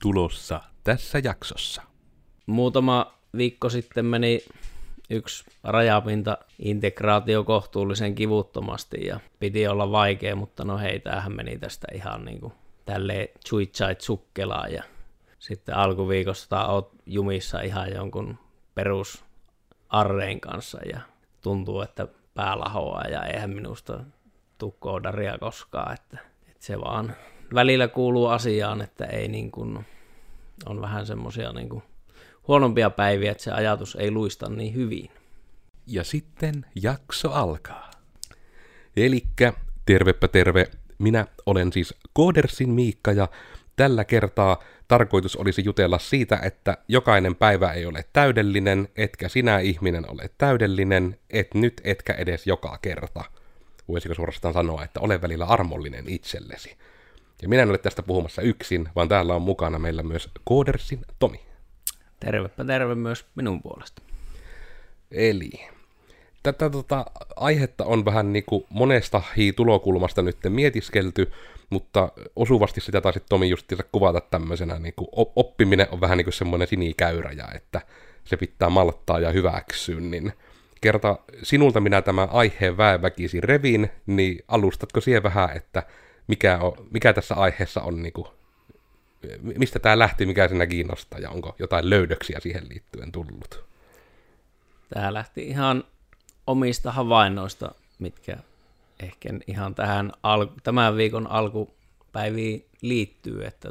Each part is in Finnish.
tulossa tässä jaksossa. Muutama viikko sitten meni yksi rajapinta-integraatio kohtuullisen kivuttomasti ja piti olla vaikea, mutta no hei, tämähän meni tästä ihan niin kuin tälleen tsuitsait sukkelaan ja sitten alkuviikosta oot jumissa ihan jonkun perus arrein kanssa ja tuntuu, että pää lahoaa ja eihän minusta tule koodaria koskaan, että se vaan välillä kuuluu asiaan, että ei niin kuin, on vähän semmoisia niin kuin huonompia päiviä, että se ajatus ei luista niin hyvin. Ja sitten jakso alkaa. Elikkä tervepä terve, minä olen siis Koodersin Miikka ja tällä kertaa tarkoitus olisi jutella siitä, että jokainen päivä ei ole täydellinen, etkä sinä ihminen ole täydellinen, et nyt etkä edes joka kerta. Voisiko suorastaan sanoa, että ole välillä armollinen itsellesi. Ja minä en ole tästä puhumassa yksin, vaan täällä on mukana meillä myös Koodersin Tomi. Tervepä terve myös minun puolesta. Eli tätä aihetta on vähän niin kuin monesta tulokulmasta nyt mietiskelty, mutta osuvasti sitä taisi Tomi justiinsa kuvata tämmöisenä, niin kuin oppiminen on vähän niin kuin semmoinen sinikäyräjä, että se pitää malttaa ja hyväksyä, niin kerta sinulta minä tämän aiheen väenväkisin revin, niin alustatko siihen vähän, että mikä tässä aiheessa on, niin kuin, mistä tämä lähti, mikä sinä kiinnostaa ja onko jotain löydöksiä siihen liittyen tullut? Tämä lähti ihan omista havainnoista, mitkä ehkä ihan tähän tämän viikon alkupäiviin liittyy, että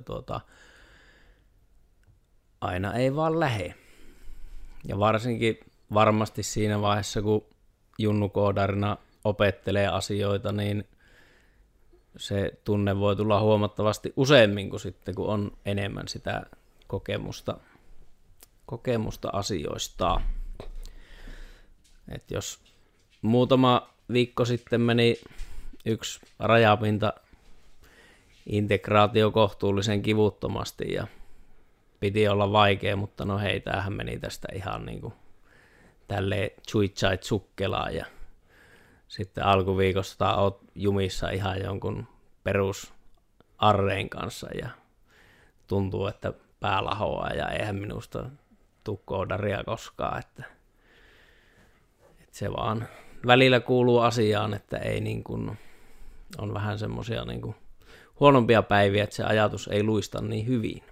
aina ei vaan lähe. Ja varsinkin varmasti siinä vaiheessa, kun junnukoodarina opettelee asioita, niin se tunne voi tulla huomattavasti useammin kuin sitten, kun on enemmän sitä kokemusta asioista. Et jos muutama viikko sitten meni yksi rajapinta-integraatio kohtuullisen kivuttomasti ja piti olla vaikea, mutta no hei, tämähän meni tästä ihan niin kuin tälleen tsuitsait sukkelaan ja sitten alkuviikosta oot jumissa ihan jonkun perus arrein kanssa ja tuntuu, että pää lahoaa ja eihän minusta tule koodaria koskaan, että se vaan välillä kuuluu asiaan, että ei niin kuin, on vähän semmoisia niin kuin huonompia päiviä, että se ajatus ei luista niin hyvin.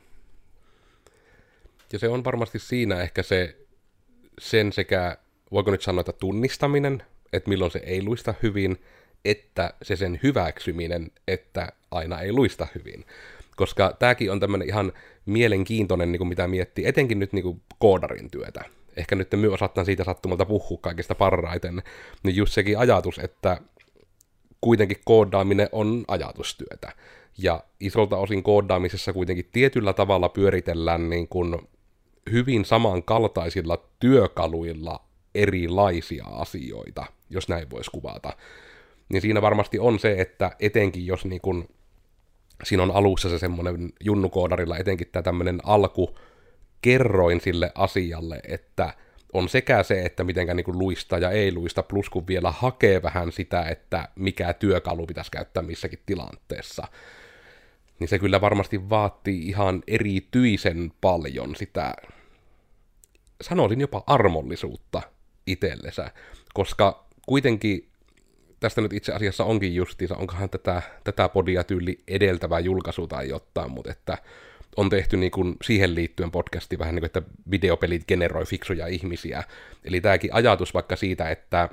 Ja se on varmasti siinä ehkä sen sekä, voiko nyt sanoa, että tunnistaminen, että milloin se ei luista hyvin, että se sen hyväksyminen, että aina ei luista hyvin. Koska tämäkin on tämmöinen ihan mielenkiintoinen, niin kuin mitä miettii, etenkin nyt niin kuin koodarin työtä. Ehkä nyt myös osattaan siitä sattumalta puhua kaikista parhaiten, niin just sekin ajatus, että kuitenkin koodaaminen on ajatustyötä. Ja isolta osin koodaamisessa kuitenkin tietyllä tavalla pyöritellään niin kuin hyvin samankaltaisilla työkaluilla erilaisia asioita, jos näin voisi kuvata. Niin siinä varmasti on se, että etenkin jos niin kun, siinä on alussa se semmoinen junnukoodarilla etenkin tämä tämmöinen alkukerroin sille asialle, että on sekä se, että mitenkä niin kun luista ja ei luista, plus kun vielä hakee vähän sitä, että mikä työkalu pitäisi käyttää missäkin tilanteessa. Niin se kyllä varmasti vaatii ihan erityisen paljon sitä, sanoisin jopa armollisuutta itsellensä, koska kuitenkin tästä nyt itse asiassa onkin justiinsa, onkohan tätä podia tyyli edeltävää julkaisu tai jotain, mutta että on tehty niin kuin siihen liittyen podcasti vähän niin kuin, että videopelit generoi fiksuja ihmisiä. Eli tämäkin ajatus vaikka siitä, että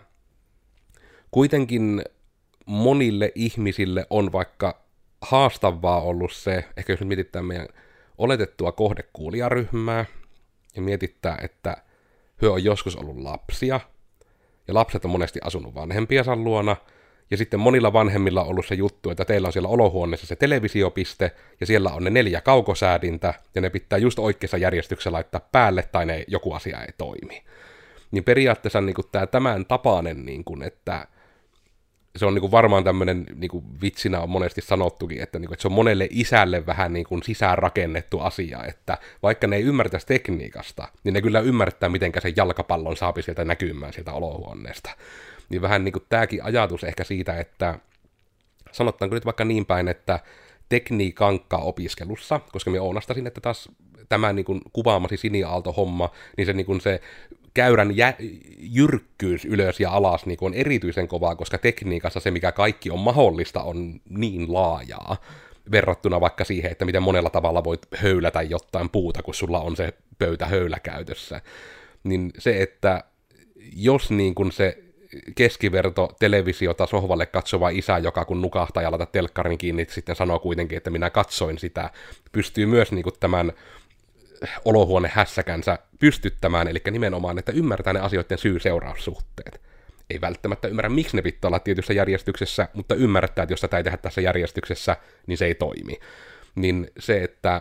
kuitenkin monille ihmisille on vaikka haastavaa ollut se, ehkä jos nyt mietitään meidän oletettua kohdekuulijaryhmää, ja mietittää, että he on joskus ollut lapsia, ja lapset on monesti asunut vanhempiensa luona, ja sitten monilla vanhemmilla on ollut se juttu, että teillä on siellä olohuoneessa se televisiopiste, ja siellä on ne 4 kaukosäädintä, ja ne pitää just oikeassa järjestyksessä laittaa päälle, tai joku asia ei toimi. Niin periaatteessa niin tämän tapainen, niin kuin, että se on niin kuin varmaan tämmöinen, niin kuin vitsinä on monesti sanottukin, että, niin kuin, että se on monelle isälle vähän niin kuin sisäänrakennettu asia, että vaikka ne ei ymmärtäisi tekniikasta, niin ne kyllä ymmärtää, miten sen jalkapallon saapi sieltä näkymään sieltä olohuoneesta. Niin vähän niin kuin tämäkin ajatus ehkä siitä, että sanotaanko nyt vaikka niin päin, että tekniikankkaa opiskelussa, koska minä oonastasin, että taas tämä niin kuin kuvaamasi siniaalto-homma, niin se, niin kuin se käyrän jyrkkyys ylös ja alas niin kuin on erityisen kovaa, koska tekniikassa se, mikä kaikki on mahdollista, on niin laajaa verrattuna vaikka siihen, että miten monella tavalla voit höylätä jotain puuta, kun sulla on se pöytä höyläkäytössä. Niin se, että jos niin kuin se keskiverto televisiota sohvalle katsova isä, joka kun nukahtaa ja laittaa telkkarin kiinni, sitten sanoo kuitenkin, että minä katsoin sitä, pystyy myös niin kuin tämän olohuonehässäkänsä pystyttämään, eli nimenomaan, että ymmärtää ne asioiden syy-seuraussuhteet. Ei välttämättä ymmärrä, miksi ne pitää olla tietyssä järjestyksessä, mutta ymmärtää, että jos tätä ei tehdä tässä järjestyksessä, niin se ei toimi. Niin se, että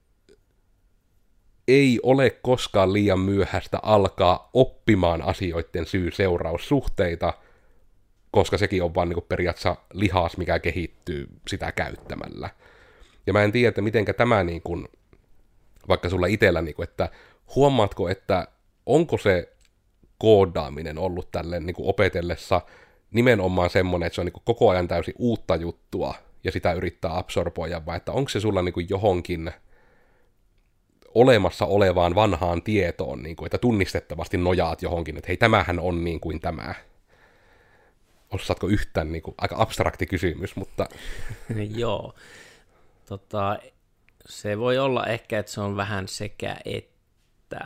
ei ole koskaan liian myöhäistä alkaa oppimaan asioiden syy-seuraussuhteita, koska sekin on vaan niin kuin periaatteessa lihas, mikä kehittyy sitä käyttämällä. Ja mä en tiedä, että mitenkä tämä, niin kuin, vaikka sulla itsellä, niin kuin, että huomaatko, että onko se koodaaminen ollut tälleen niin kuin opetellessa nimenomaan semmoinen, että se on niin kuin koko ajan täysin uutta juttua, ja sitä yrittää absorboida, vai että onko se sulla niin kuin johonkin olemassa olevaan vanhaan tietoon, niin kuin, että tunnistettavasti nojaat johonkin, että hei, tämähän on niin kuin tämä. Osaatko yhtään, niin kuin, aika abstrakti kysymys, mutta... Joo, se voi olla ehkä, että se on vähän sekä että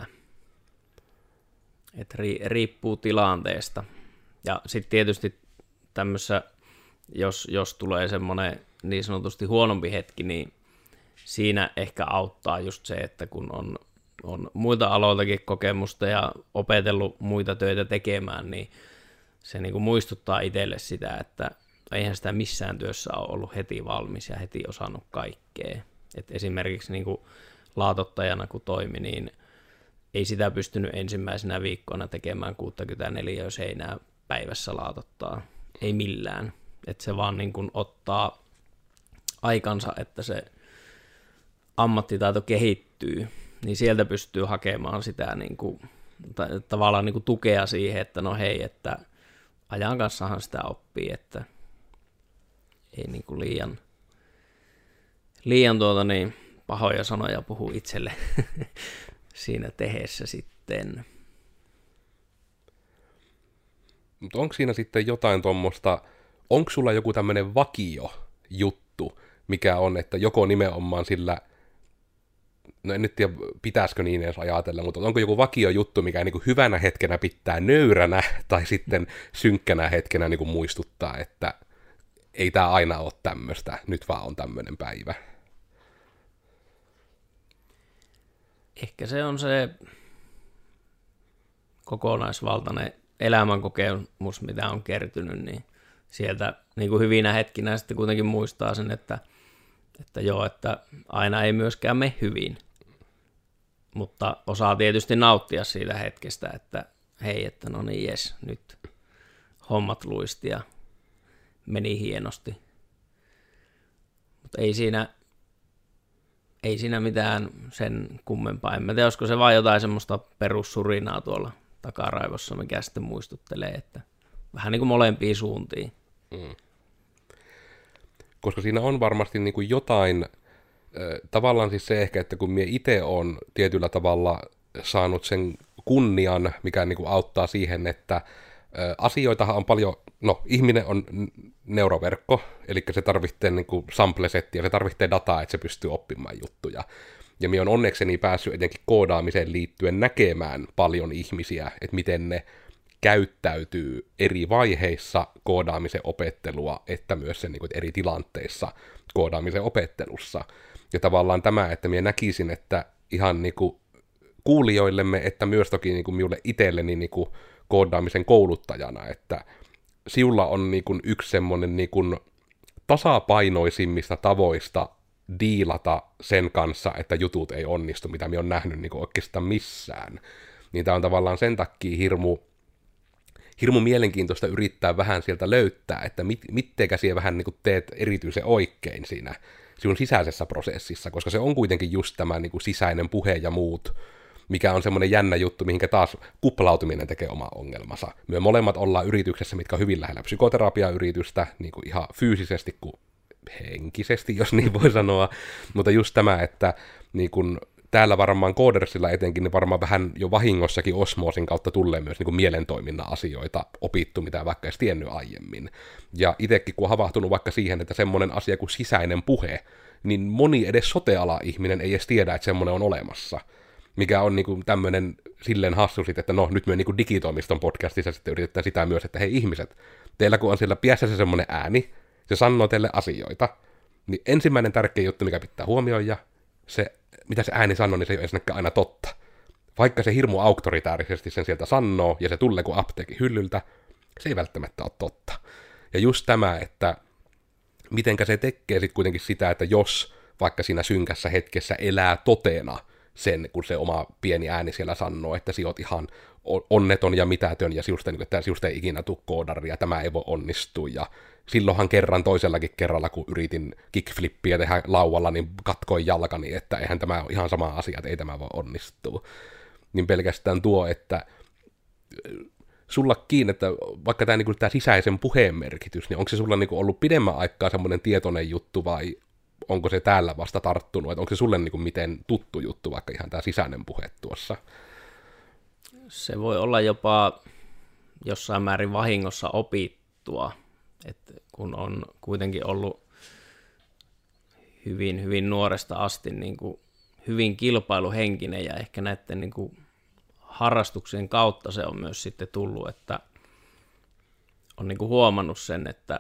riippuu tilanteesta. Ja sitten tietysti tämmöisessä, jos tulee semmoinen niin sanotusti huonompi hetki, niin siinä ehkä auttaa just se, että kun on muilta aloiltakin kokemusta ja opetellut muita töitä tekemään, niin se niin kuin muistuttaa itselle sitä, että eihän sitä missään työssä ole ollut heti valmis ja heti osannut kaikkea. Et esimerkiksi niin kuin laatottajana kun toimi, niin ei sitä pystynyt ensimmäisenä viikkoina tekemään 64 seinää päivässä laatottaa. Ei millään. Et se vaan niin kuin ottaa aikansa, että se ammattitaito kehittyy, niin sieltä pystyy hakemaan sitä niin kuin, tavallaan niin kuin tukea siihen, että no hei, että ajan kanssahan sitä oppii, että ei niin kuin liian pahoja sanoja puhu itselle siinä tehdessä sitten. Mutta onko siinä sitten jotain tuommoista, onko sulla joku tämmöinen vakio juttu, mikä on, että joko nimenomaan sillä, no en nyt tiedä, pitäisikö niin edes ajatella, mutta onko joku vakio juttu, mikä niin kuin hyvänä hetkenä pitää nöyränä, tai sitten synkkänä hetkenä niin kuin muistuttaa, että ei tämä aina ole tämmöistä, nyt vaan on tämmöinen päivä. Ehkä se on se kokonaisvaltainen elämänkokemus, mitä on kertynyt, niin sieltä niin kuin hyvinä hetkinä sitten kuitenkin muistaa sen, että joo, että aina ei myöskään mene hyvin, mutta osaa tietysti nauttia siitä hetkestä, että hei, että no niin jes, nyt hommat luisti ja meni hienosti. Mutta ei siinä mitään sen kummempaa. En mä tiedä, olisiko se vaan jotain semmoista perussurinaa tuolla takaraivossa, mikä sitten muistuttelee, että vähän niin kuin molempiin suuntiin. Mm. Koska siinä on varmasti niin kuin jotain, tavallaan siis se ehkä, että kun minä itse olen tietyllä tavalla saanut sen kunnian, mikä niin kuin auttaa siihen, että asioitahan on paljon, no ihminen on neuroverkko, eli se tarvitsee niin kuin sample-settiä, se tarvitsee dataa, että se pystyy oppimaan juttuja. Ja minä olen onnekseni päässyt etenkin koodaamiseen liittyen näkemään paljon ihmisiä, että miten ne käyttäytyy eri vaiheissa koodaamisen opettelua, että myös sen niin kuin, eri tilanteissa koodaamisen opettelussa. Ja tavallaan tämä, että minä näkisin, että ihan niin kuin kuulijoillemme, että myös toki niin kuin minulle itselleni niin kuin koodaamisen kouluttajana, että sinulla on niin kuin yksi semmoinen niin kuin tasapainoisimmista tavoista diilata sen kanssa, että jutut ei onnistu, mitä minä olen nähnyt niin kuin oikeastaan missään. Niin tämä on tavallaan sen takia hirmu mielenkiintoista yrittää vähän sieltä löytää, että mittekä siellä vähän niin kuin teet erityisen oikein siinä sinun sisäisessä prosessissa, koska se on kuitenkin just tämä niin kuin sisäinen puhe ja muut, mikä on semmoinen jännä juttu, mihinkä taas kuplautuminen tekee oma ongelmansa. Me molemmat ollaan yrityksessä, mitkä on hyvin lähellä psykoterapiayritystä, niin kuin ihan fyysisesti kuin henkisesti, jos niin voi sanoa, mutta just tämä, että niin kun, täällä varmaan Codersilla etenkin, niin varmaan vähän jo vahingossakin osmoosin kautta tulee myös niin kuin mielentoiminnan asioita opittu, mitä vaikka edes tiennyt aiemmin. Ja itsekin kun on havahtunut vaikka siihen, että semmoinen asia kuin sisäinen puhe, niin moni edes sote-ala-ihminen ei edes tiedä, että semmoinen on olemassa. Mikä on niin kuin tämmöinen silleen hassu sit, että no nyt me niin kuin digitoimiston podcastissa sitten yritetään sitä myös, että hei ihmiset, teillä kun on siellä piässä se semmoinen ääni, se sanoo teille asioita, niin ensimmäinen tärkeä juttu, mikä pitää huomioida, se mitä se ääni sanoo, niin se ei ole ensinnäkään aina totta. Vaikka se hirmu auktoritäärisesti sen sieltä sanoo, ja se tulee kuin apteekin hyllyltä, se ei välttämättä ole totta. Ja just tämä, että mitenkä se tekee sitten kuitenkin sitä, että jos vaikka siinä synkässä hetkessä elää totena sen, kun se oma pieni ääni siellä sanoo, että sä oot ihan onneton ja mitätön, ja että sinusta ei ikinä tule koodaria, tämä ei voi onnistua, ja silloinhan kerran toisellakin kerralla, kun yritin kickflippiä tehdä lauvalla, niin katkoin jalkani, että eihän tämä ole ihan sama asia, että ei tämä voi onnistua. Niin pelkästään tuo, että sulla kiinni, että vaikka tämä, niin tämä sisäisen puheen merkitys, niin onko se sulla niin ollut pidemmän aikaa semmoinen tietoinen juttu, vai onko se täällä vasta tarttunut, että onko se sulle niin miten tuttu juttu, vaikka ihan tämä sisäinen puhe tuossa? Se voi olla jopa jossain määrin vahingossa opittua, että kun on kuitenkin ollut hyvin, hyvin nuoresta asti niin kuin hyvin kilpailuhenkinen ja ehkä näiden niin kuin harrastuksien kautta se on myös sitten tullut, että on niin kuin huomannut sen, että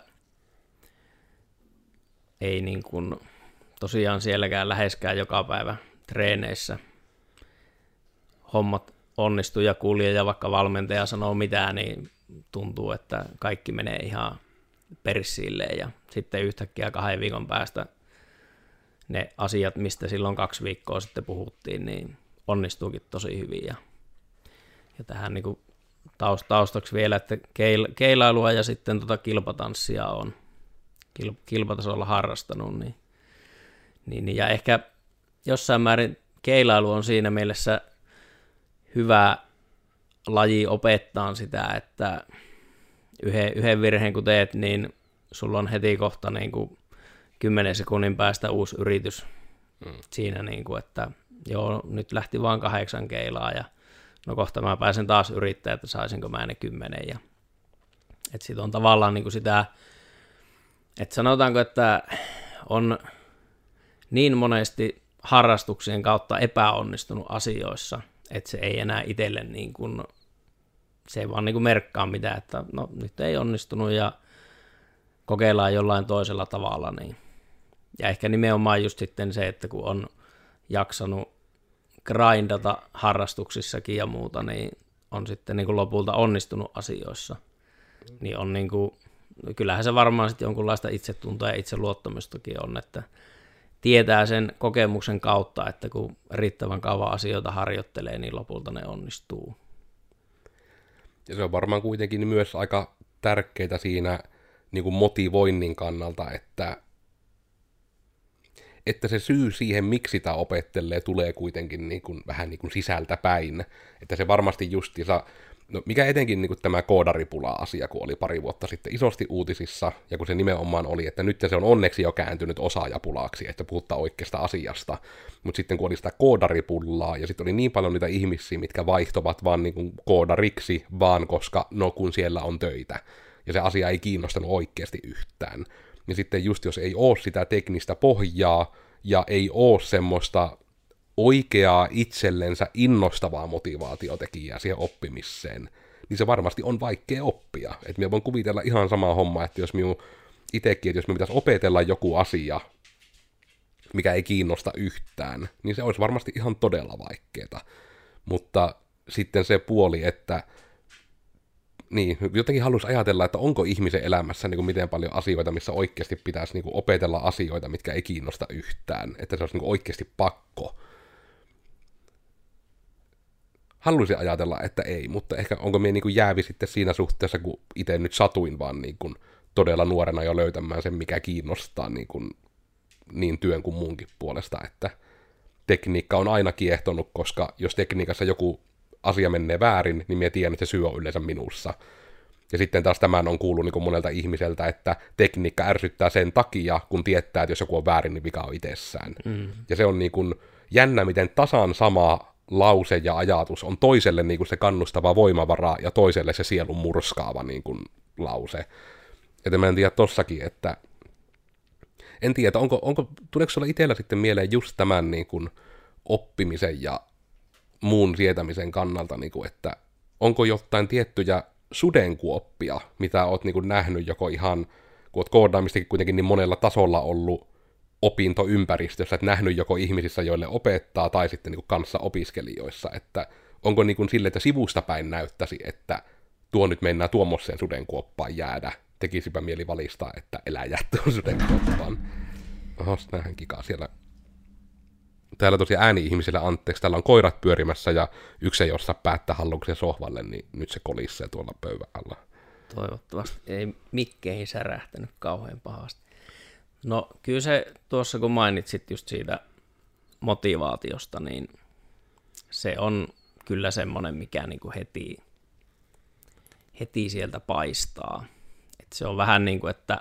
ei niin kuin tosiaan sielläkään läheskään joka päivä treeneissä hommat onnistu ja kulje ja vaikka valmentaja sanoo mitään, niin tuntuu, että kaikki menee ihan persilleen ja sitten yhtäkkiä 2 viikon päästä ne asiat, mistä silloin 2 viikkoa sitten puhuttiin, niin onnistuukin tosi hyvin. Ja tähän niin kuin taustaksi vielä, että keilailua ja sitten kilpatanssia on kilpatasolla harrastanut. Niin, ja ehkä jossain määrin keilailu on siinä mielessä hyvä laji opettaa sitä, että yhden virheen kun teet, niin sulla on heti kohta niin kuin 10 sekunnin päästä uusi yritys siinä, niin kuin, että joo, nyt lähti vaan 8 keilaa ja no kohta mä pääsen taas yrittämään, että saisinko mä ne 10. Ja, että sit on tavallaan niin kuin sitä, että sanotaanko, että on niin monesti harrastuksien kautta epäonnistunut asioissa, että se ei enää itselle niin kuin, se ei vaan niin kuin merkkaa mitään, että no nyt ei onnistunut ja kokeillaan jollain toisella tavalla. Niin. Ja ehkä nimenomaan just sitten se, että kun on jaksanut grindata harrastuksissakin ja muuta, niin on sitten niin kuin lopulta onnistunut asioissa. Niin on niin kuin, kyllähän se varmaan sitten jonkunlaista itsetuntoa ja itseluottamustakin on, että tietää sen kokemuksen kautta, että kun riittävän kauan asioita harjoittelee, niin lopulta ne onnistuu. Ja se on varmaan kuitenkin myös aika tärkeää siinä niin kuin motivoinnin kannalta, että se syy siihen, miksi tämä opettelee, tulee kuitenkin niin kuin, vähän niin kuin sisältä päin. Että se varmasti justiinsa, no mikä etenkin niin kuin tämä koodaripula-asia, kun oli pari vuotta sitten isosti uutisissa, ja kun se nimenomaan oli, että nyt se on onneksi jo kääntynyt osaajapulaksi, että puhutaan oikeasta asiasta, mutta sitten kun oli sitä koodaripullaa, ja sitten oli niin paljon niitä ihmisiä, mitkä vaihtovat vaan niin kuin koodariksi, vaan koska no kun siellä on töitä, ja se asia ei kiinnostanut oikeasti yhtään. Ja sitten just jos ei ole sitä teknistä pohjaa, ja ei ole semmoista oikeaa itsellensä innostavaa motivaatiotekijää siihen oppimiseen, niin se varmasti on vaikea oppia. Että minä voin kuvitella ihan samaa hommaa, että jos minun itsekin, että jos minun pitäisi opetella joku asia, mikä ei kiinnosta yhtään, niin se olisi varmasti ihan todella vaikeaa. Mutta sitten se puoli, että niin, jotenkin haluaisi ajatella, että onko ihmisen elämässä niin kuin miten paljon asioita, missä oikeasti pitäisi niin kuin opetella asioita, mitkä ei kiinnosta yhtään. Että se olisi niin kuin oikeasti pakko. Haluaisin ajatella, että ei, mutta ehkä onko minä niin kuin jäävi sitten siinä suhteessa, kun itse nyt satuin vaan niin kuin todella nuorena jo löytämään sen, mikä kiinnostaa niin työn kuin muunkin puolesta, että tekniikka on aina kiehtonut, koska jos tekniikassa joku asia menee väärin, niin minä tiedän, että se syy on yleensä minussa. Ja sitten taas tämän on kuullut niin monelta ihmiseltä, että tekniikka ärsyttää sen takia, kun tietää, että jos joku on väärin, niin vika on itsessään. Ja se on niin kuin jännä, miten tasan sama lause ja ajatus on toiselle niin kuin se kannustava voimavara ja toiselle se sielun murskaava niin kuin lause. Että mä en tiedä tossakin, että en tiedä, tuleeko sulla itsellä sitten mieleen just tämän niin kuin oppimisen ja muun sietämisen kannalta, niin kuin, että onko jotain tiettyjä sudenkuoppia, mitä oot niin kuin nähnyt joko ihan, kun oot koodaamistakin kuitenkin niin monella tasolla ollut opintoympäristössä, että nähnyt joko ihmisissä, joille opettaa, tai sitten niin kuin kanssa opiskelijoissa, että onko niin kuin sille, että sivusta päin näyttäisi, että tuo nyt mennään tuommoiseen sudenkuoppaan jäädä, tekisipä mieli valistaa, että elää jää tuon sudenkuoppaan. Ohos, nähdään kikaa siellä. Täällä tosiaan ääni-ihmisille anteeksi, täällä on koirat pyörimässä ja yksi ei osaa päättää halluksen sohvalle, niin nyt se kolisee tuolla pöydän alla. Toivottavasti ei mikkeihin särähtänyt kauhean pahasti. No kyllä se tuossa kun mainitsit just siitä motivaatiosta, niin se on kyllä semmoinen, mikä niinku heti sieltä paistaa. Et se on vähän niin kuin, että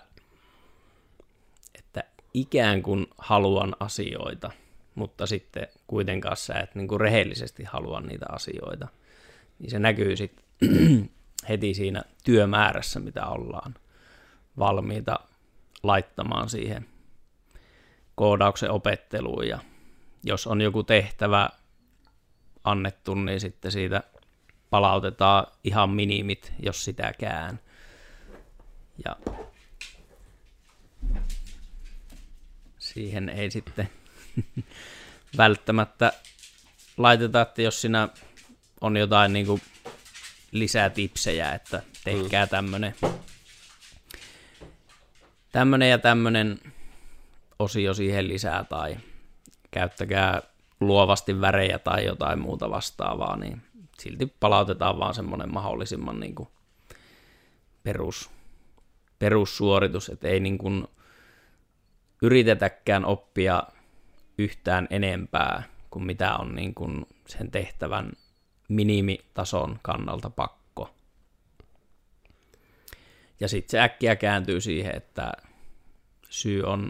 ikään kuin haluan asioita, mutta sitten kuitenkaan sä et niin kuin rehellisesti halua niitä asioita. Niin se näkyy sitten heti siinä työmäärässä, mitä ollaan valmiita laittamaan siihen koodauksen opetteluun. Ja jos on joku tehtävä annettu, niin sitten siitä palautetaan ihan minimit, jos sitäkään. Ja siihen ei sitten välttämättä laiteta, että jos siinä on jotain niin kuin lisätipsejä, että tehkää tämmönen ja tämmönen osio siihen lisää tai käyttäkää luovasti värejä tai jotain muuta vastaavaa, niin silti palautetaan vaan semmoinen mahdollisimman niin kuin perussuoritus, että ei niin kuin yritetäkään oppia yhtään enempää kuin mitä on niin kuin sen tehtävän minimitason kannalta pakko. Ja sitten se äkkiä kääntyy siihen, että syy on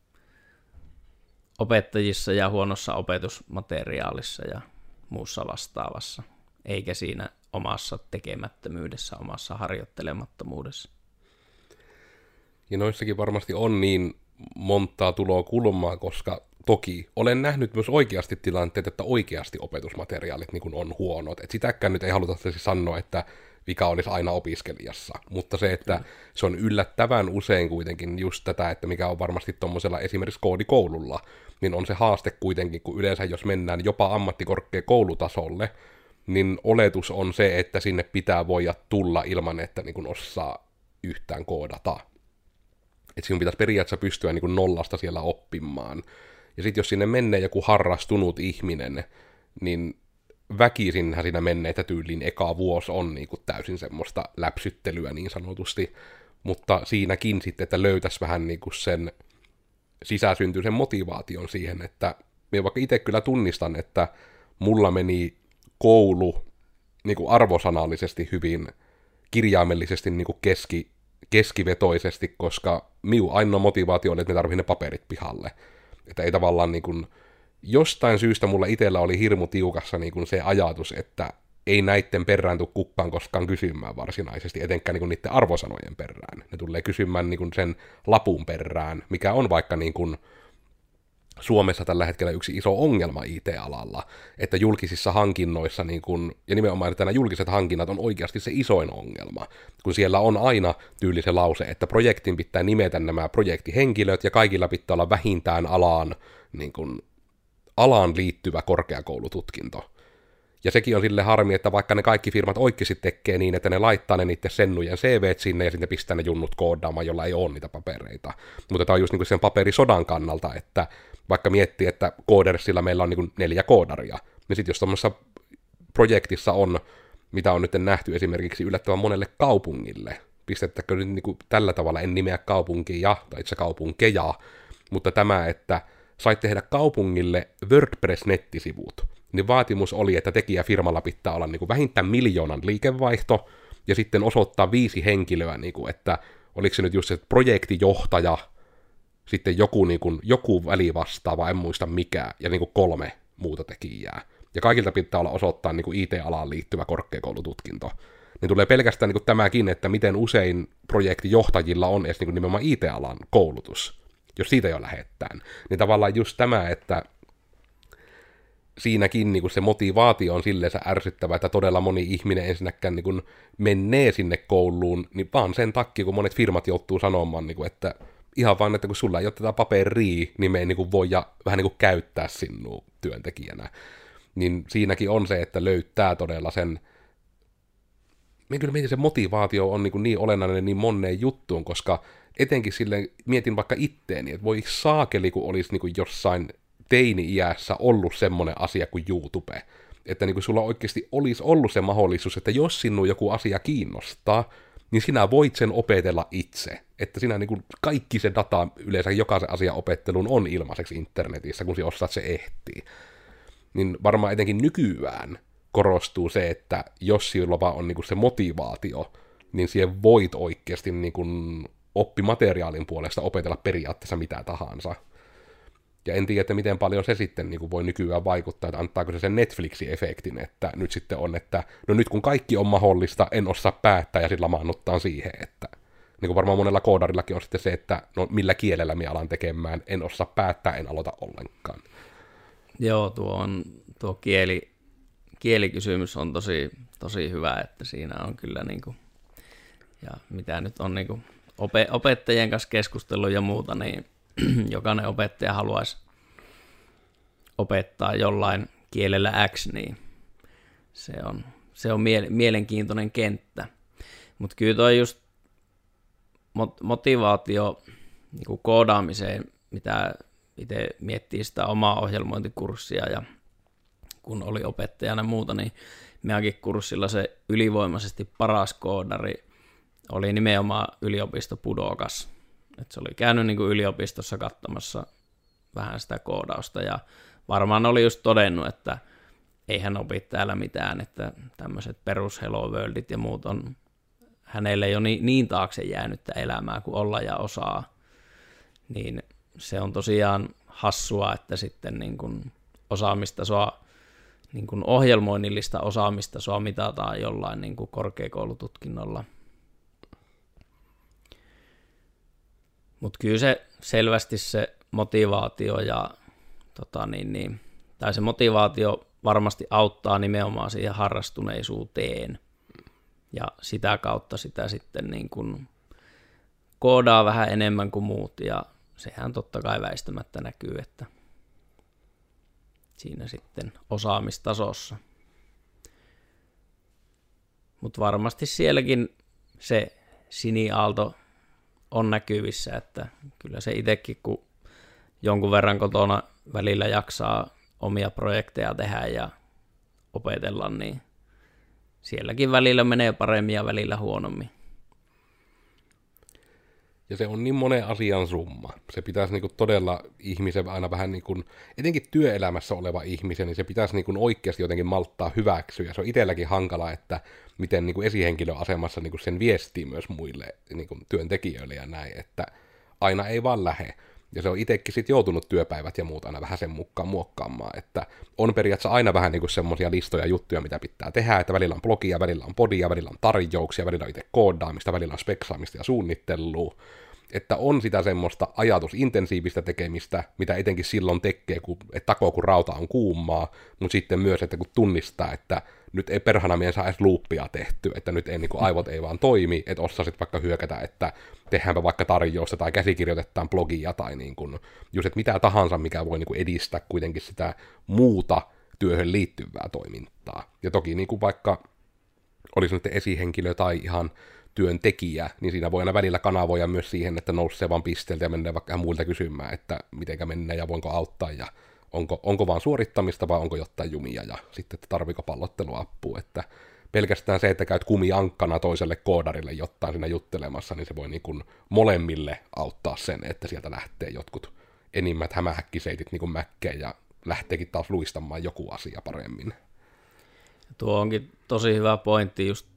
opettajissa ja huonossa opetusmateriaalissa ja muussa vastaavassa, eikä siinä omassa tekemättömyydessä, omassa harjoittelemattomuudessa. Ja noissakin varmasti on niin montaa tuloa kulmaa, koska toki olen nähnyt myös oikeasti tilanteet, että oikeasti opetusmateriaalit niin kuin on huonot. Et sitäkään nyt ei haluta sanoa, että vika olisi aina opiskelijassa, mutta se, että se on yllättävän usein kuitenkin just tätä, että mikä on varmasti tuommoisella esimerkiksi koodikoululla, niin on se haaste kuitenkin, kun yleensä jos mennään jopa ammattikorkeakoulutasolle, niin oletus on se, että sinne pitää voida tulla ilman, että niin kuin osaa yhtään koodata. Että sinun pitäisi periaatteessa pystyä niin kuin nollasta siellä oppimaan. Ja sitten jos sinne menee joku harrastunut ihminen, niin väkisinhän siinä menneitä tyyliin eka vuosi on niin kuin täysin semmoista läpsyttelyä niin sanotusti. Mutta siinäkin sitten, että löytäisi vähän niin kuin sen sisäsyntyisen motivaation siihen, että minä vaikka itse kyllä tunnistan, että mulla meni koulu niin kuin arvosanallisesti hyvin kirjaimellisesti niin kuin keskivetoisesti, koska minun ainoa motivaatio oli, että me tarvitsin ne paperit pihalle. Että ei tavallaan niin kuin, jostain syystä mulla itsellä oli hirmu tiukassa niin kuin se ajatus, että ei näitten perään tule kukaan koskaan kysymään varsinaisesti, etenkään niin kuin niiden arvosanojen perään. Ne tulee kysymään niin kuin sen lapun perään, mikä on vaikka niin kuin Suomessa tällä hetkellä yksi iso ongelma IT-alalla, että julkisissa hankinnoissa, niin kun, ja nimenomaan että nämä julkiset hankinnat on oikeasti se isoin ongelma, kun siellä on aina tyyli se lause, että projektin pitää nimetä nämä projektihenkilöt, ja kaikilla pitää olla vähintään alaan liittyvä korkeakoulututkinto. Ja sekin on sille harmi, että vaikka ne kaikki firmat oikeasti tekee niin, että ne laittaa ne niiden sennujen CVt sinne ja sitten pistää ne junnut koodaamaan, jolla ei ole niitä papereita. Mutta tämä on just niin kuin sen paperisodan kannalta, että vaikka miettii, että Codersilla meillä on niin kuin 4 koodaria, niin sitten jos tuollaisessa projektissa on, mitä on nyt nähty esimerkiksi yllättävän monelle kaupungille, pistettäkö nyt niin kuin tällä tavalla, en nimeä kaupunkia tai itse kaupunkeja, mutta tämä, että sait tehdä kaupungille WordPress-nettisivut, niin vaatimus oli, että tekijäfirmalla pitää olla niin kuin vähintään 1 000 000 liikevaihto, ja sitten osoittaa 5 henkilöä, niin kuin, että oliko se nyt just se projektijohtaja, sitten joku välivastaava, en muista mikä, ja niin kuin 3 muuta tekijää. Ja kaikilta pitää olla osoittaa niin kuin IT-alaan liittyvä korkeakoulututkinto. Niin tulee pelkästään niin kuin tämäkin, että miten usein projektijohtajilla on edes niin kuin nimenomaan IT-alan koulutus, jos siitä jo lähdetään. Niin tavallaan just tämä, että siinäkin niin kuin se motivaatio on silleen ärsyttävä, että todella moni ihminen ensinnäkään niin kuin menee sinne kouluun, niin vaan sen takia, kun monet firmat joutuu sanomaan, niin kuin, että ihan vaan, että kun sulla ei ole tätä paperia, niin me ei niin kuin voi vähän niin kuin käyttää sinua työntekijänä. Niin siinäkin on se, että löytää todella sen, kyllä mietin, se motivaatio on niin olennainen niin moneen juttuun, koska etenkin silleen mietin vaikka itteeni, että voi saakeli, kun olisi niin kuin jossain teini-iässä ollut semmoinen asia kuin YouTube. Että niin kuin sulla oikeasti olisi ollut se mahdollisuus, että jos sinun joku asia kiinnostaa, niin sinä voit sen opetella itse. Että sinä niin kuin kaikki se data yleensä jokaisen asian opetteluun on ilmaiseksi internetissä, kun sinä osaat se ehtii. Niin varmaan etenkin nykyään korostuu se, että jos sinulla vaan on niin kuin se motivaatio, niin siihen voit oikeasti niin kuin oppimateriaalin puolesta opetella periaatteessa mitä tahansa. Ja en tiedä, että miten paljon se sitten niin kuin voi nykyään vaikuttaa, että antaako se sen Netflixin-efektin, että nyt sitten on, että no nyt kun kaikki on mahdollista, en osaa päättää ja sitten lamaannuttaan siihen, että niin kuin varmaan monella koodarillakin on sitten se, että no millä kielellä minä alan tekemään, en osaa päättää, en aloita ollenkaan. Joo, tuo kielikysymys on tosi hyvä, että siinä on kyllä niin kuin, ja mitä nyt on niin kuin opettajien kanssa keskustellut ja muuta, niin jokainen opettaja haluaisi opettaa jollain kielellä X, niin se on mielenkiintoinen kenttä. Mutta kyllä tuo just motivaatio niin kuin koodaamiseen, mitä itse miettii sitä omaa ohjelmointikurssia ja kun oli opettajana ja muuta, niin meidänkin kurssilla se ylivoimaisesti paras koodari oli nimenomaan yliopistopudokas. Et se oli käynyt niin kuin yliopistossa katsomassa vähän sitä koodausta ja varmaan oli just todennut, että ei hän opi täällä mitään, että tämmöiset perus Hello Worldit ja muut on hänelle jo niin taakse jäänyttä elämää kuin olla ja osaa, niin se on tosiaan hassua, että sitten niin kuin osaamistasoa, niin kuin ohjelmoinnillista osaamistasoa mitataan jollain niin kuin korkeakoulututkinnolla. Mutta kyllä se selvästi se motivaatio tai se motivaatio varmasti auttaa nimenomaan siihen harrastuneisuuteen ja sitä kautta sitä sitten niin kuin koodaa vähän enemmän kuin muut ja sehän totta kai väistämättä näkyy, että siinä sitten osaamistasossa. Mutta varmasti sielläkin se siniaalto on näkyvissä, että kyllä se itsekin, kun jonkun verran kotona välillä jaksaa omia projekteja tehdä ja opetella, niin sielläkin välillä menee paremmin ja välillä huonommin. Ja se on niin monen asian summa. Se pitäisi niinku todella ihmisen aina vähän niin kuin, etenkin työelämässä oleva ihmisen, niin se pitäisi niinku oikeasti jotenkin malttaa hyväksyä. Se on itselläkin hankala, että miten niinku esihenkilön asemassa niinku sen viestii myös muille niinku työntekijöille ja näin, että aina ei vaan lähe. Ja se on itsekin sitten joutunut työpäivät ja muut aina vähän sen mukaan muokkaamaan, että on periaatteessa aina vähän niinku semmoisia listoja juttuja, mitä pitää tehdä, että välillä on blogia, välillä on podia, välillä on tarjouksia, välillä on itse koodaamista, välillä on speksaamista ja suunnittelua. Että on sitä semmoista ajatusintensiivistä tekemistä, mitä etenkin silloin tekee, kun rauta on kuumaa, mutta sitten myös, että kun tunnistaa, että nyt ei perhana mien saa edes loopia tehty, että nyt ei, niin kuin aivot ei vaan toimi, että osaisit vaikka hyökätä, että tehdäänpä vaikka tarjousta tai käsikirjoitetaan blogia tai niin kuin, just että mitä tahansa, mikä voi niin kuin edistää kuitenkin sitä muuta työhön liittyvää toimintaa. Ja toki niin kuin vaikka olisi nyt esihenkilö tai ihan työntekijä, niin siinä voi aina välillä kanavoida myös siihen, että nousee vaan pisteeltä ja mennään vaikka muilta kysymään, että mitenkä mennään ja voinko auttaa ja onko vaan suorittamista vai onko jotain jumia ja sitten, että tarviiko pallotteluapua, että pelkästään se, että käyt kumiankkana toiselle koodarille jotain siinä juttelemassa, niin se voi niin kuin molemmille auttaa sen, että sieltä lähtee jotkut enimmät hämähäkkiseitit niin kuin mäkkeen ja lähteekin taas luistamaan joku asia paremmin. Tuo onkin tosi hyvä pointti just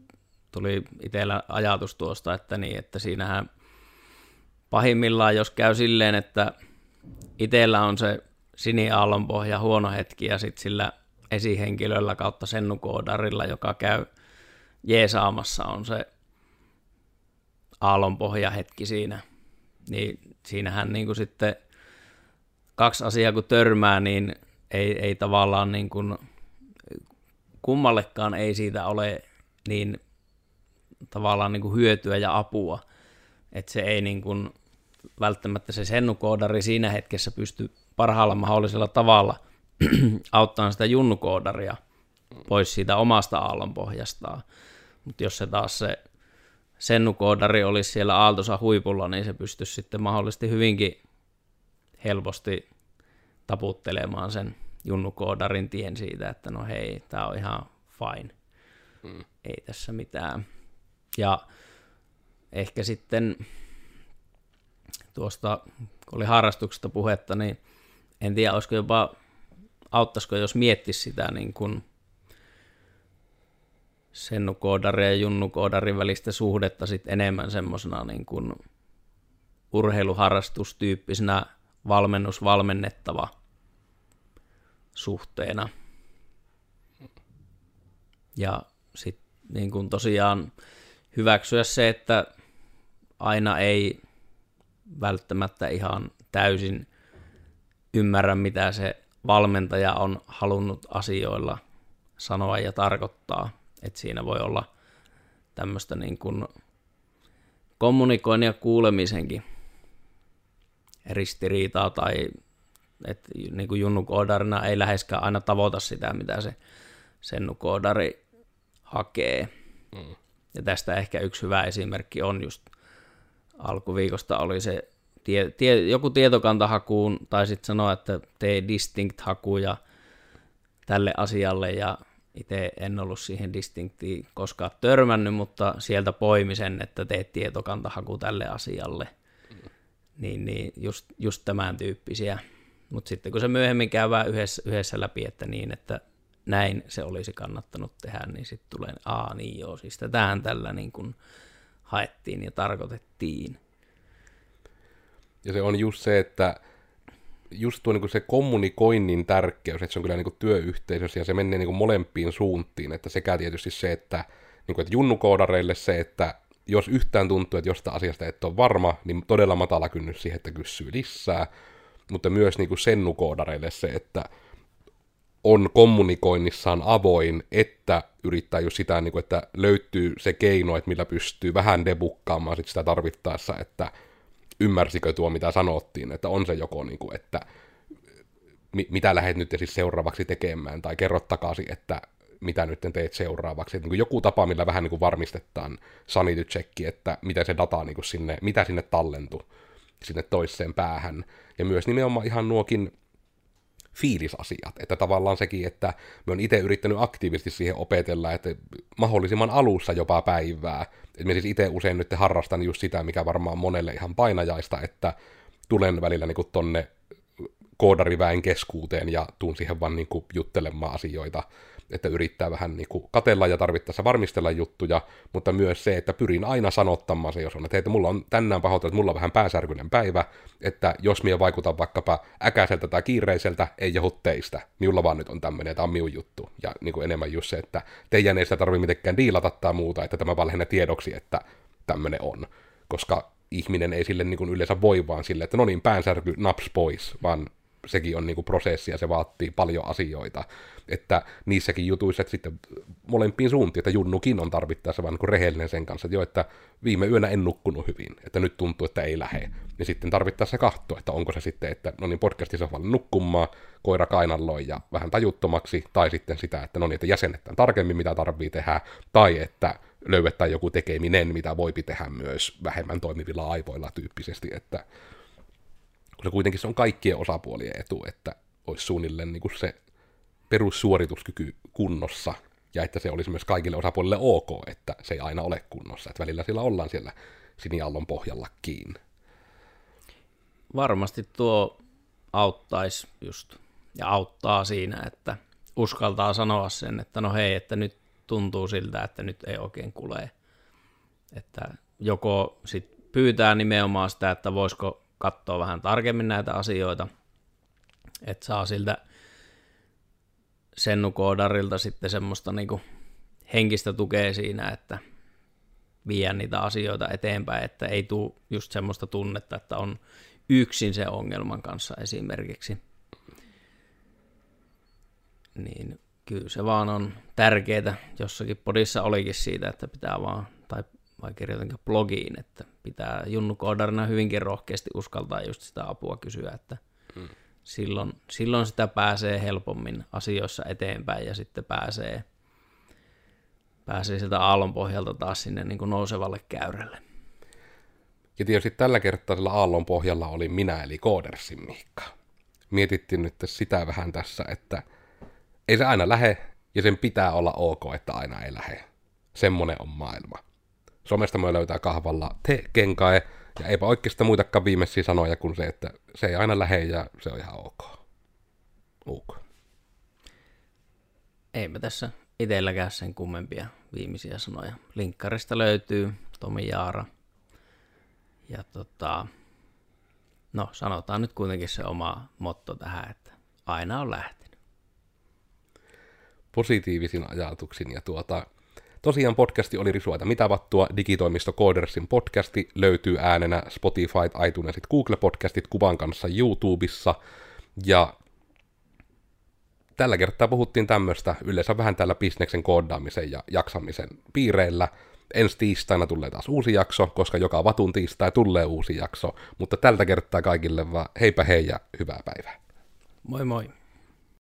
tuli itsellä ajatus tuosta, että siinähän pahimmillaan, jos käy silleen, että itsellä on se siniaallonpohja huono hetki ja sitten sillä esihenkilöllä kautta sennukoodarilla, joka käy jeesaamassa, on se aallonpohja hetki siinä, niin siinähän niin kuin sitten kaksi asiaa kun törmää, niin ei tavallaan niin kuin, kummallekaan ei siitä ole niin tavallaan niin kuin hyötyä ja apua, että se ei niin kuin, välttämättä se sennukoodari siinä hetkessä pysty parhaalla mahdollisella tavalla auttamaan sitä junnukoodaria pois siitä omasta aallonpohjastaan, mutta jos se taas se sennukoodari olisi siellä aaltonsa huipulla, niin se pystyisi sitten mahdollisesti hyvinkin helposti taputtelemaan sen junnukoodarin tien siitä, että no hei, tää on ihan fine, ei tässä mitään. Ja ehkä sitten tuosta, kun oli harrastuksesta puhetta, niin en tiedä, auttaisiko jos miettisi sitä niin kuin sennukoodarin ja junnukoodarin välistä suhdetta sit enemmän semmoisena niin kuin urheiluharrastustyyppisenä valmennettava suhteena. Ja sitten niin kuin tosiaan hyväksyä se, että aina ei välttämättä ihan täysin ymmärrä, mitä se valmentaja on halunnut asioilla sanoa ja tarkoittaa. Että siinä voi olla tämmöistä niin kuin kommunikoinnin ja kuulemisenkin ristiriitaa tai että niin kuin junnukoodarina ei läheskään aina tavoita sitä, mitä se sennukoodari hakee. Ja tästä ehkä yksi hyvä esimerkki on just alkuviikosta oli se joku tietokantahakuun, tai sitten sanoa, että tee distinct-hakuja tälle asialle, ja itse en ollut siihen distinctiin koskaan törmännyt, mutta sieltä poimisen, että teet tietokantahaku tälle asialle. Niin just tämän tyyppisiä. Mutta sitten kun se myöhemmin käydään yhdessä läpi, että niin, että näin se olisi kannattanut tehdä, niin sitten tulee, niin joo, siis tätähän tällä niin kuin haettiin ja tarkoitettiin. Ja se on just se, että just tuo niin kuin se kommunikoinnin tärkeys, että se on kyllä niin kuin työyhteisössä ja se menee niin kuin molempiin suuntiin, että sekä tietysti se, että, niin kuin, että junnukoodareille se, että jos yhtään tuntuu, että jostain asiasta et ole varma, niin todella matala kynnys siihen, että kysyy lisää, mutta myös niin kuin sennukoodareille se, että on kommunikoinnissaan avoin, että yrittää just sitä, niin kuin, että löytyy se keino, että millä pystyy vähän debukkaamaan sit sitä tarvittaessa, että ymmärsikö tuo, mitä sanottiin, että on se joko, niin kuin, että mitä lähdet nyt siis seuraavaksi tekemään, tai kerro takaisin, että mitä nyt teet seuraavaksi. Että, niin kuin joku tapa, millä vähän niin kuin varmistetaan sanity checki, että mitä se data niin kuin mitä sinne tallentuu sinne toiseen päähän. Ja myös nimenomaan ihan nuokin fiilisasiat, että tavallaan sekin, että me on itse yrittänyt aktiivisesti siihen opetella, että mahdollisimman alussa jopa päivää. Et me siis itse usein nyt harrastan just sitä, mikä varmaan monelle ihan painajaista, että tulen välillä niin kuin tonne koodariväen keskuuteen ja tuun siihen vaan niin kuin juttelemaan asioita, että yrittää vähän niin kuin katella ja tarvittaessa varmistella juttuja, mutta myös se, että pyrin aina sanottamaan se, jos on, että hei, mulla on tänään pahoittanut, että mulla on vähän pääsärkyinen päivä, että jos minä vaikutan vaikkapa äkäiseltä tai kiireiseltä, ei johdu teistä, minulla vaan nyt on tämmöinen, tämä on minun juttu, ja niin kuin enemmän just se, että teidän ei sitä tarvitse mitenkään diilata tai muuta, että tämä vaan lähinnä tiedoksi, että tämmöinen on, koska ihminen ei sille niin kuin yleensä voi vaan sille, että no niin, päänsärky, naps pois, vaan sekin on niinku prosessi ja se vaatii paljon asioita, että niissäkin jutuissa että sitten molempiin suuntiin, että Junnukin on tarvittaessa vaan niinku rehellinen sen kanssa, että jo, että viime yönä en nukkunut hyvin, että nyt tuntuu, että ei lähe, niin sitten tarvittaessa katsoa, että onko se sitten, että no niin podcastissa on nukkumaan, koira kainalloi ja vähän tajuttomaksi, tai sitten sitä, että no niin, että jäsennetään tarkemmin, mitä tarvii tehdä, tai että löydetään joku tekeminen, mitä voipi tehdä myös vähemmän toimivilla aivoilla tyyppisesti, että kun se kuitenkin se on kaikkien osapuolien etu, että olisi suunnilleen niin kuin se perussuorituskyky kunnossa, ja että se olisi myös kaikille osapuolille ok, että se ei aina ole kunnossa, että välillä sillä ollaan siellä siniallon pohjallakin. Varmasti tuo auttaisi just, ja auttaa siinä, että uskaltaa sanoa sen, että no hei, että nyt tuntuu siltä, että nyt ei oikein Että joko sit pyytää nimenomaan sitä, että voisiko katsoa vähän tarkemmin näitä asioita, että saa siltä Sennu-koodarilta sitten semmoista niinku henkistä tukea siinä, että viedä niitä asioita eteenpäin, että ei tule just semmoista tunnetta, että on yksin se ongelman kanssa esimerkiksi. Niin kyllä se vaan on tärkeää. Jossakin podissa olikin siitä, että pitää vaan, tai vai kirjoitankin blogiin, että pitää Junnu-koodarina hyvinkin rohkeasti uskaltaa just sitä apua kysyä, että silloin sitä pääsee helpommin asioissa eteenpäin ja sitten pääsee sieltä aallon pohjalta taas sinne niin kuin nousevalle käyrälle. Ja tietysti tällä kertaa sillä aallon pohjalla oli minä, eli Koodersin Miikka. Mietittiin nyt sitä vähän tässä, että ei se aina lähe, ja sen pitää olla ok, että aina ei lähe. Semmonen on maailma. Somesta me löytää kahvalla kenkae, ja eipä oikeastaan muitakaan viimeisiä sanoja kuin se, että se ei aina lähe, ja se on ihan ok. Eipä tässä itselläkään sen kummempia viimeisiä sanoja. Linkkarista löytyy Tomi Jaara. Ja no sanotaan nyt kuitenkin se oma motto tähän, että aina on lähtenyt. Positiivisin ajatuksin ja tosiaan podcasti oli Risuaita mitä vattua, digitoimisto Koodersin podcasti löytyy äänenä Spotify, iTunesit, Google Podcastit kuvan kanssa YouTubessa ja tällä kertaa puhuttiin tämmöistä yleensä vähän täällä bisneksen koodaamisen ja jaksamisen piireillä. Ensi tiistaina tulee taas uusi jakso, koska joka vatun tiistai tulee uusi jakso, mutta tältä kertaa kaikille vaan heipä hei ja hyvää päivää. Moi moi.